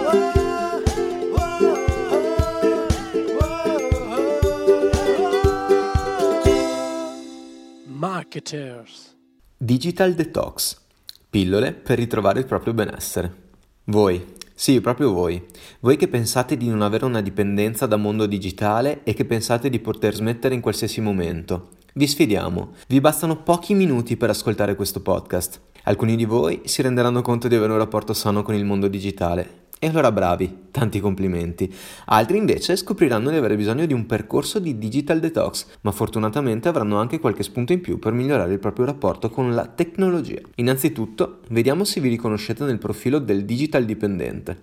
Marketers. Digital Detox. Pillole per ritrovare il proprio benessere. Voi, sì, proprio voi che pensate di non avere una dipendenza da mondo digitale e che pensate di poter smettere in qualsiasi momento. Vi sfidiamo, vi bastano pochi minuti per ascoltare questo podcast. Alcuni di voi si renderanno conto di avere un rapporto sano con il mondo digitale. E allora bravi, tanti complimenti. Altri invece scopriranno di avere bisogno di un percorso di digital detox, ma fortunatamente avranno anche qualche spunto in più per migliorare il proprio rapporto con la tecnologia. Innanzitutto, vediamo se vi riconoscete nel profilo del digital dipendente.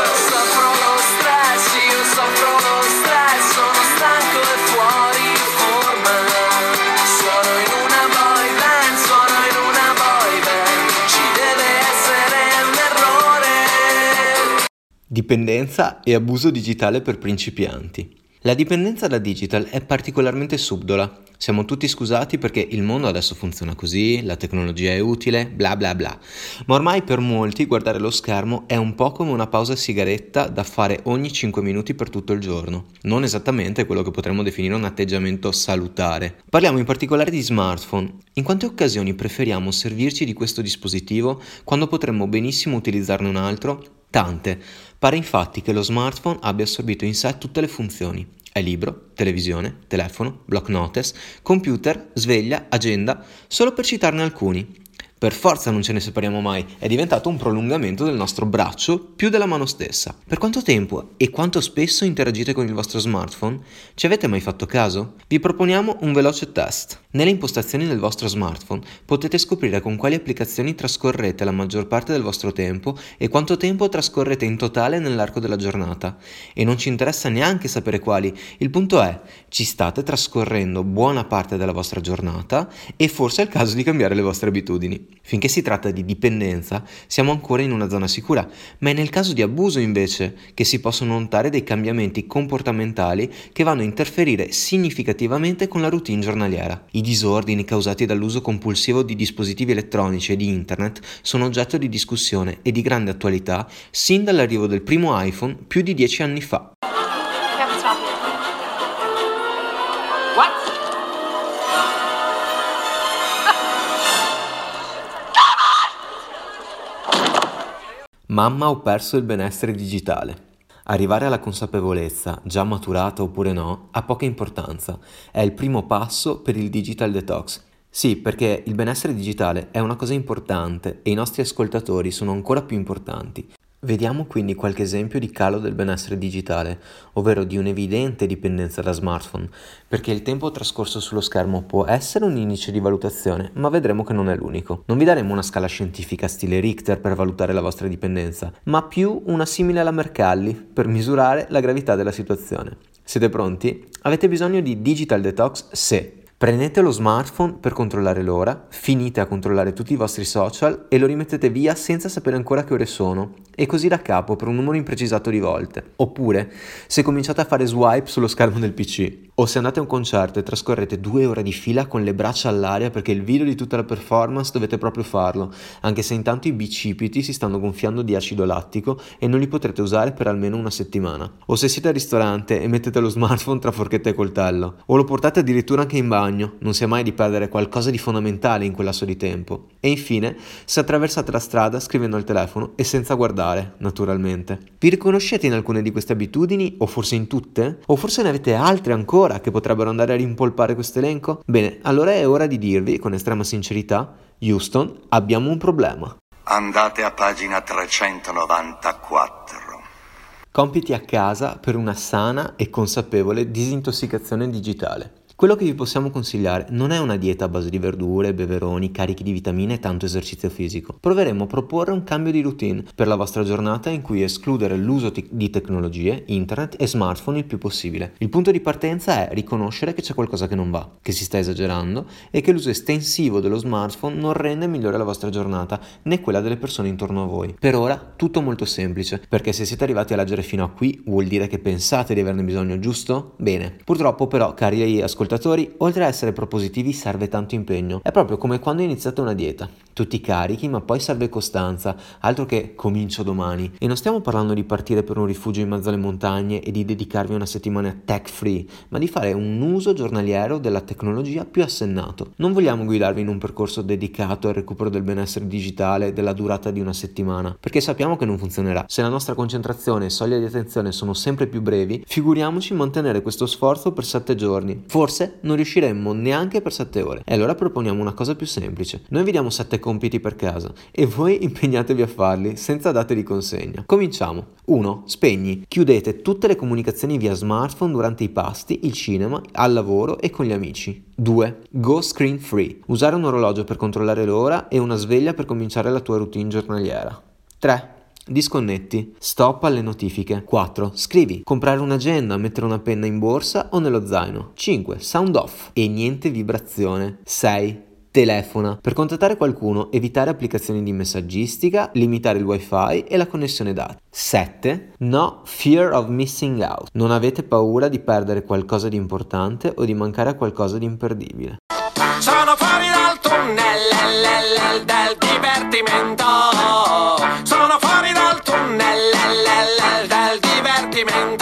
Dipendenza e abuso digitale per principianti. La dipendenza da digital è particolarmente subdola. Siamo tutti scusati perché il mondo adesso funziona così, la tecnologia è utile, bla bla bla. Ma ormai per molti guardare lo schermo è un po' come una pausa sigaretta da fare ogni 5 minuti per tutto il giorno. Non esattamente quello che potremmo definire un atteggiamento salutare. Parliamo in particolare di smartphone. In quante occasioni preferiamo servirci di questo dispositivo quando potremmo benissimo utilizzarne un altro? Tante. Pare infatti che lo smartphone abbia assorbito in sé tutte le funzioni. È libro, televisione, telefono, block notice, computer, sveglia, agenda, solo per citarne alcuni. Per forza non ce ne separiamo mai, è diventato un prolungamento del nostro braccio più della mano stessa. Per quanto tempo e quanto spesso interagite con il vostro smartphone? Ci avete mai fatto caso? Vi proponiamo un veloce test. Nelle impostazioni del vostro smartphone potete scoprire con quali applicazioni trascorrete la maggior parte del vostro tempo e quanto tempo trascorrete in totale nell'arco della giornata. E non ci interessa neanche sapere quali, il punto è, ci state trascorrendo buona parte della vostra giornata e forse è il caso di cambiare le vostre abitudini. Finché si tratta di dipendenza, siamo ancora in una zona sicura, ma è nel caso di abuso invece che si possono notare dei cambiamenti comportamentali che vanno a interferire significativamente con la routine giornaliera. I disordini causati dall'uso compulsivo di dispositivi elettronici e di internet sono oggetto di discussione e di grande attualità sin dall'arrivo del primo iPhone più di 10 anni fa. Mamma, ho perso il benessere digitale. Arrivare alla consapevolezza, già maturata oppure no, ha poca importanza. È il primo passo per il digital detox. Sì, perché il benessere digitale è una cosa importante e i nostri ascoltatori sono ancora più importanti. Vediamo quindi qualche esempio di calo del benessere digitale, ovvero di un'evidente dipendenza da smartphone, perché il tempo trascorso sullo schermo può essere un indice di valutazione, ma vedremo che non è l'unico. Non vi daremo una scala scientifica stile Richter per valutare la vostra dipendenza, ma più una simile alla Mercalli per misurare la gravità della situazione. Siete pronti? Avete bisogno di digital detox se prendete lo smartphone per controllare l'ora, finite a controllare tutti i vostri social e lo rimettete via senza sapere ancora che ore sono, e così da capo per un numero imprecisato di volte. Oppure se cominciate a fare swipe sullo schermo del PC, o se andate a un concerto e trascorrete 2 ore di fila con le braccia all'aria perché il video di tutta la performance dovete proprio farlo, anche se intanto i bicipiti si stanno gonfiando di acido lattico e non li potrete usare per almeno una settimana. O se siete al ristorante e mettete lo smartphone tra forchetta e coltello, o lo portate addirittura anche in bagno, non sia mai di perdere qualcosa di fondamentale in quel lasso di tempo. E infine, se attraversate la strada scrivendo al telefono e senza guardare, naturalmente. Vi riconoscete in alcune di queste abitudini, o forse in tutte? O forse ne avete altre ancora che potrebbero andare a rimpolpare questo elenco? Bene, allora è ora di dirvi con estrema sincerità: Houston, abbiamo un problema. Andate a pagina 394. Compiti a casa per una sana e consapevole disintossicazione digitale. Quello che vi possiamo consigliare non è una dieta a base di verdure, beveroni, carichi di vitamine e tanto esercizio fisico. Proveremo a proporre un cambio di routine per la vostra giornata in cui escludere l'uso di tecnologie, internet e smartphone il più possibile. Il punto di partenza è riconoscere che c'è qualcosa che non va, che si sta esagerando e che l'uso estensivo dello smartphone non rende migliore la vostra giornata né quella delle persone intorno a voi. Per ora tutto molto semplice, perché se siete arrivati a leggere fino a qui vuol dire che pensate di averne bisogno, giusto? Bene. Purtroppo però, cari ascoltatori, ascoltatori, oltre a essere propositivi serve tanto impegno. È proprio come quando iniziate una dieta. Tutti carichi, ma poi serve costanza, altro che comincio domani. E non stiamo parlando di partire per un rifugio in mezzo alle montagne e di dedicarvi una settimana tech free, ma di fare un uso giornaliero della tecnologia più assennato. Non vogliamo guidarvi in un percorso dedicato al recupero del benessere digitale della durata di una settimana, perché sappiamo che non funzionerà. Se la nostra concentrazione e soglia di attenzione sono sempre più brevi, figuriamoci mantenere questo sforzo per 7 giorni. Forse non riusciremmo neanche per 7 ore. E allora proponiamo una cosa più semplice. Noi vi diamo 7 compiti per casa e voi impegnatevi a farli senza date di consegna. Cominciamo. 1. Spegni. Chiudete tutte le comunicazioni via smartphone durante i pasti, il cinema, al lavoro e con gli amici. 2. Go screen free. Usare un orologio per controllare l'ora e una sveglia per cominciare la tua routine giornaliera. 3. Disconnetti. Stop alle notifiche. 4. Scrivi. Comprare un'agenda, mettere una penna in borsa o nello zaino. 5. Sound off. E niente vibrazione. 6. Telefona. Per contattare qualcuno, evitare applicazioni di messaggistica, limitare il wifi e la connessione dati. 7. No fear of missing out. Non avete paura di perdere qualcosa di importante o di mancare a qualcosa di imperdibile. Sono fuori dal tunnel del divertimento. Sono fuori dal tunnel del divertimento.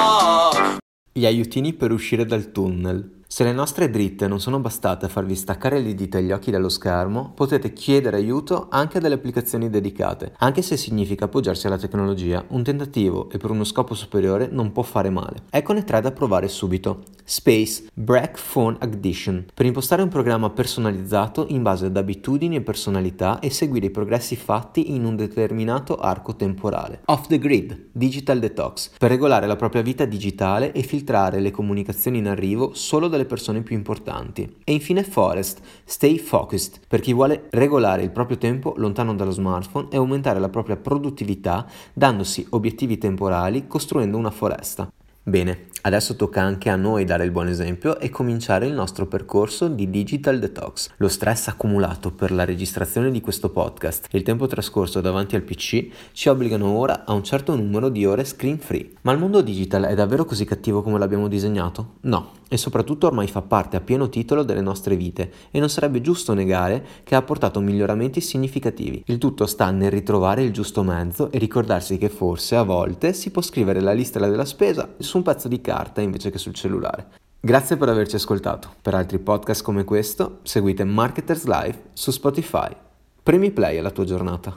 Gli aiutini per uscire dal tunnel. Se le nostre dritte non sono bastate a farvi staccare le dita e gli occhi dallo schermo, potete chiedere aiuto anche a delle applicazioni dedicate. Anche se significa appoggiarsi alla tecnologia, un tentativo e per uno scopo superiore non può fare male. Eccone 3 da provare subito. Space Break Phone Addiction, per impostare un programma personalizzato in base ad abitudini e personalità e seguire i progressi fatti in un determinato arco temporale. Off the Grid Digital Detox, per regolare la propria vita digitale e filtrare le comunicazioni in arrivo solo dalle persone più importanti. E infine Forest Stay Focused, per chi vuole regolare il proprio tempo lontano dallo smartphone e aumentare la propria produttività dandosi obiettivi temporali costruendo una foresta. Bene, adesso tocca anche a noi dare il buon esempio e cominciare il nostro percorso di Digital Detox. Lo stress accumulato per la registrazione di questo podcast e il tempo trascorso davanti al PC ci obbligano ora a un certo numero di ore screen free. Ma il mondo digital è davvero così cattivo come l'abbiamo disegnato? No, e soprattutto ormai fa parte a pieno titolo delle nostre vite e non sarebbe giusto negare che ha portato miglioramenti significativi. Il tutto sta nel ritrovare il giusto mezzo e ricordarsi che forse a volte si può scrivere la lista della spesa su un pezzo di carta invece che sul cellulare. Grazie per averci ascoltato. Per altri podcast come questo seguite Marketers Live su Spotify. Premi play alla tua giornata.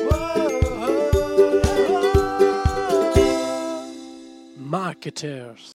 Marketers.